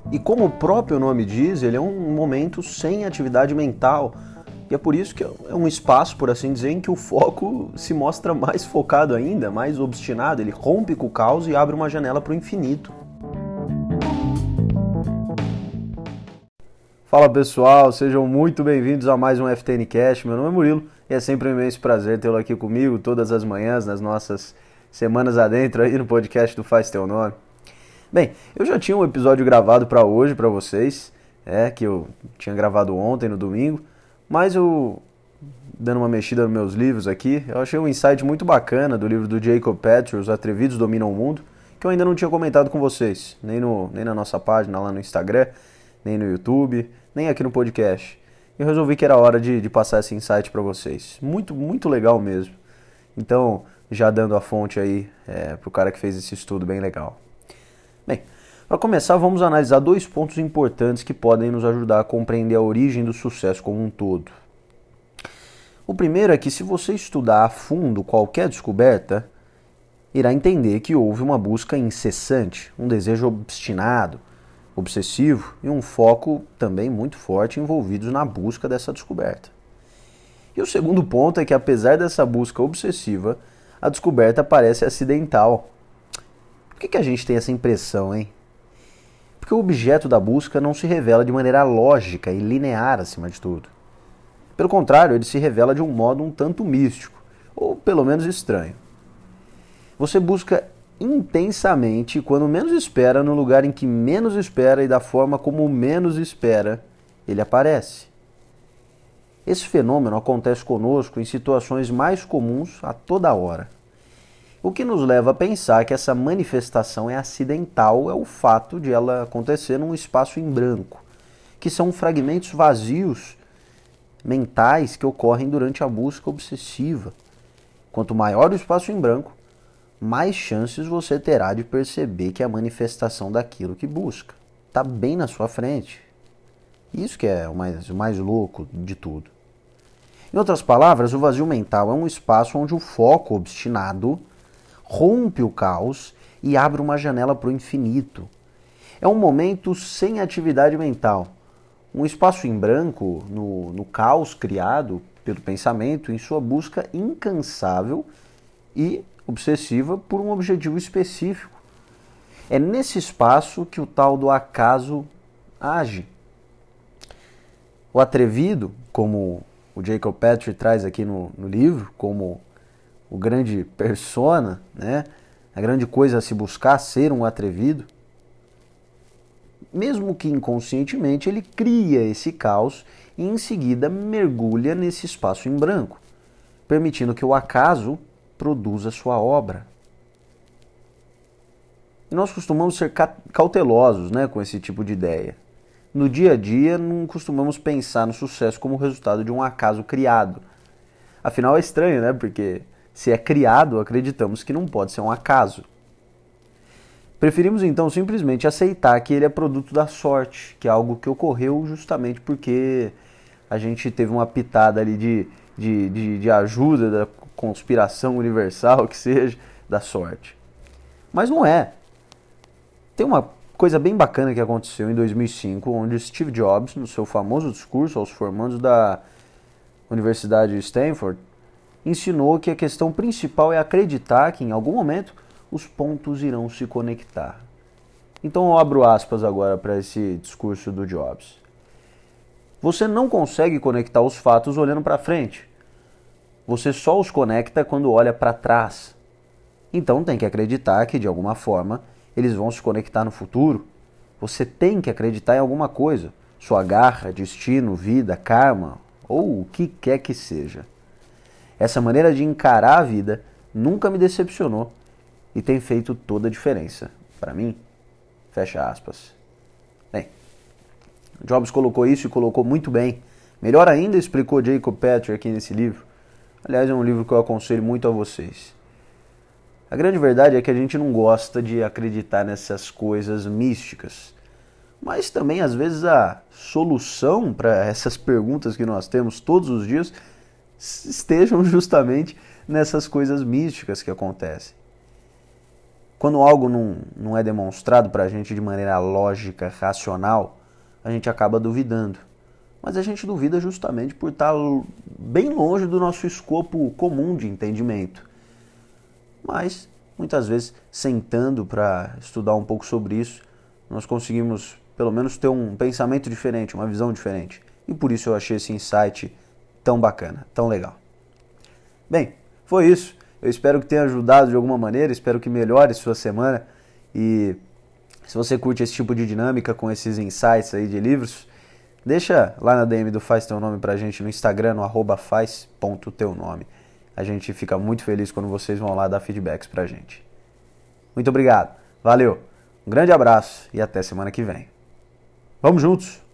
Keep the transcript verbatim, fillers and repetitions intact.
E como o próprio nome diz, ele é um momento sem atividade mental. E é por isso que é um espaço, por assim dizer, em que o foco se mostra mais focado ainda, mais obstinado. Ele rompe com o caos e abre uma janela para o infinito. Fala pessoal, sejam muito bem-vindos a mais um F T N Cast. Meu nome é Murilo e é sempre um imenso prazer tê-lo aqui comigo todas as manhãs, nas nossas semanas adentro aí no podcast do Faz Teu Nome. Bem, eu já tinha um episódio gravado para hoje, para vocês, é, que eu tinha gravado ontem, no domingo, mas eu, dando uma mexida nos meus livros aqui, eu achei um insight muito bacana do livro do Jacob Petrie, Os Atrevidos Dominam o Mundo, que eu ainda não tinha comentado com vocês, nem, no, nem na nossa página lá no Instagram, nem no YouTube, nem aqui no podcast. Eu resolvi que era hora de, de passar esse insight para vocês. Muito, muito legal mesmo. Então, já dando a fonte aí é, para o cara que fez esse estudo bem legal. Bem, para começar, vamos analisar dois pontos importantes que podem nos ajudar a compreender a origem do sucesso como um todo. O primeiro é que se você estudar a fundo qualquer descoberta, irá entender que houve uma busca incessante, um desejo obstinado, obsessivo e um foco também muito forte envolvidos na busca dessa descoberta. E o segundo ponto é que apesar dessa busca obsessiva, a descoberta parece acidental. Por que que a gente tem essa impressão, hein? Porque o objeto da busca não se revela de maneira lógica e linear acima de tudo. Pelo contrário, ele se revela de um modo um tanto místico, ou pelo menos estranho. Você busca intensamente quando menos espera, no lugar em que menos espera e da forma como menos espera, ele aparece. Esse fenômeno acontece conosco em situações mais comuns a toda hora. O que nos leva a pensar que essa manifestação é acidental é o fato de ela acontecer num espaço em branco, que são fragmentos vazios mentais que ocorrem durante a busca obsessiva. Quanto maior o espaço em branco, mais chances você terá de perceber que é a manifestação daquilo que busca. Está bem na sua frente. Isso que é o mais, o mais louco de tudo. Em outras palavras, o vazio mental é um espaço onde o foco obstinado rompe o caos e abre uma janela para o infinito. É um momento sem atividade mental. Um espaço em branco no, no caos criado pelo pensamento em sua busca incansável e obsessiva por um objetivo específico. É nesse espaço que o tal do acaso age. O atrevido, como o Jacob Petrie traz aqui no, no livro, como o grande persona, né? A grande coisa a se buscar, ser um atrevido, mesmo que inconscientemente, ele cria esse caos e em seguida mergulha nesse espaço em branco, permitindo que o acaso produza sua obra. E nós costumamos ser cautelosos, né, com esse tipo de ideia. No dia a dia, não costumamos pensar no sucesso como resultado de um acaso criado. Afinal, é estranho, né, porque se é criado, acreditamos que não pode ser um acaso. Preferimos então simplesmente aceitar que ele é produto da sorte, que é algo que ocorreu justamente porque a gente teve uma pitada ali de, de, de, de ajuda da conspiração universal, que seja, da sorte. Mas não é. Tem uma coisa bem bacana que aconteceu em dois mil e cinco, onde Steve Jobs, no seu famoso discurso aos formandos da Universidade de Stanford, ensinou que a questão principal é acreditar que em algum momento os pontos irão se conectar. Então eu abro aspas agora para esse discurso do Jobs. Você não consegue conectar os fatos olhando para frente. Você só os conecta quando olha para trás. Então tem que acreditar que, de alguma forma, eles vão se conectar no futuro. Você tem que acreditar em alguma coisa. Sua garra, destino, vida, karma, ou o que quer que seja. Essa maneira de encarar a vida nunca me decepcionou e tem feito toda a diferença. Para mim, fecha aspas. Bem, Jobs colocou isso e colocou muito bem. Melhor ainda explicou Jacob Petrie aqui nesse livro. Aliás, é um livro que eu aconselho muito a vocês. A grande verdade é que a gente não gosta de acreditar nessas coisas místicas. Mas também, às vezes, a solução para essas perguntas que nós temos todos os dias estejam justamente nessas coisas místicas que acontecem. quando algo não, não é demonstrado para a gente de maneira lógica, racional, a gente acaba duvidando. Mas a gente duvida justamente por estar bem longe do nosso escopo comum de entendimento. Mas, muitas vezes, sentando para estudar um pouco sobre isso, nós conseguimos, pelo menos, ter um pensamento diferente, uma visão diferente. E por isso eu achei esse insight tão bacana, tão legal. Bem, foi isso. Eu espero que tenha ajudado de alguma maneira, espero que melhore sua semana. E se você curte esse tipo de dinâmica com esses insights aí de livros, deixa lá na D M do Faz Teu Nome pra gente no Instagram, no arroba faz ponto teu nome. A gente fica muito feliz quando vocês vão lá dar feedbacks pra gente. Muito obrigado, valeu, um grande abraço e até semana que vem. Vamos juntos!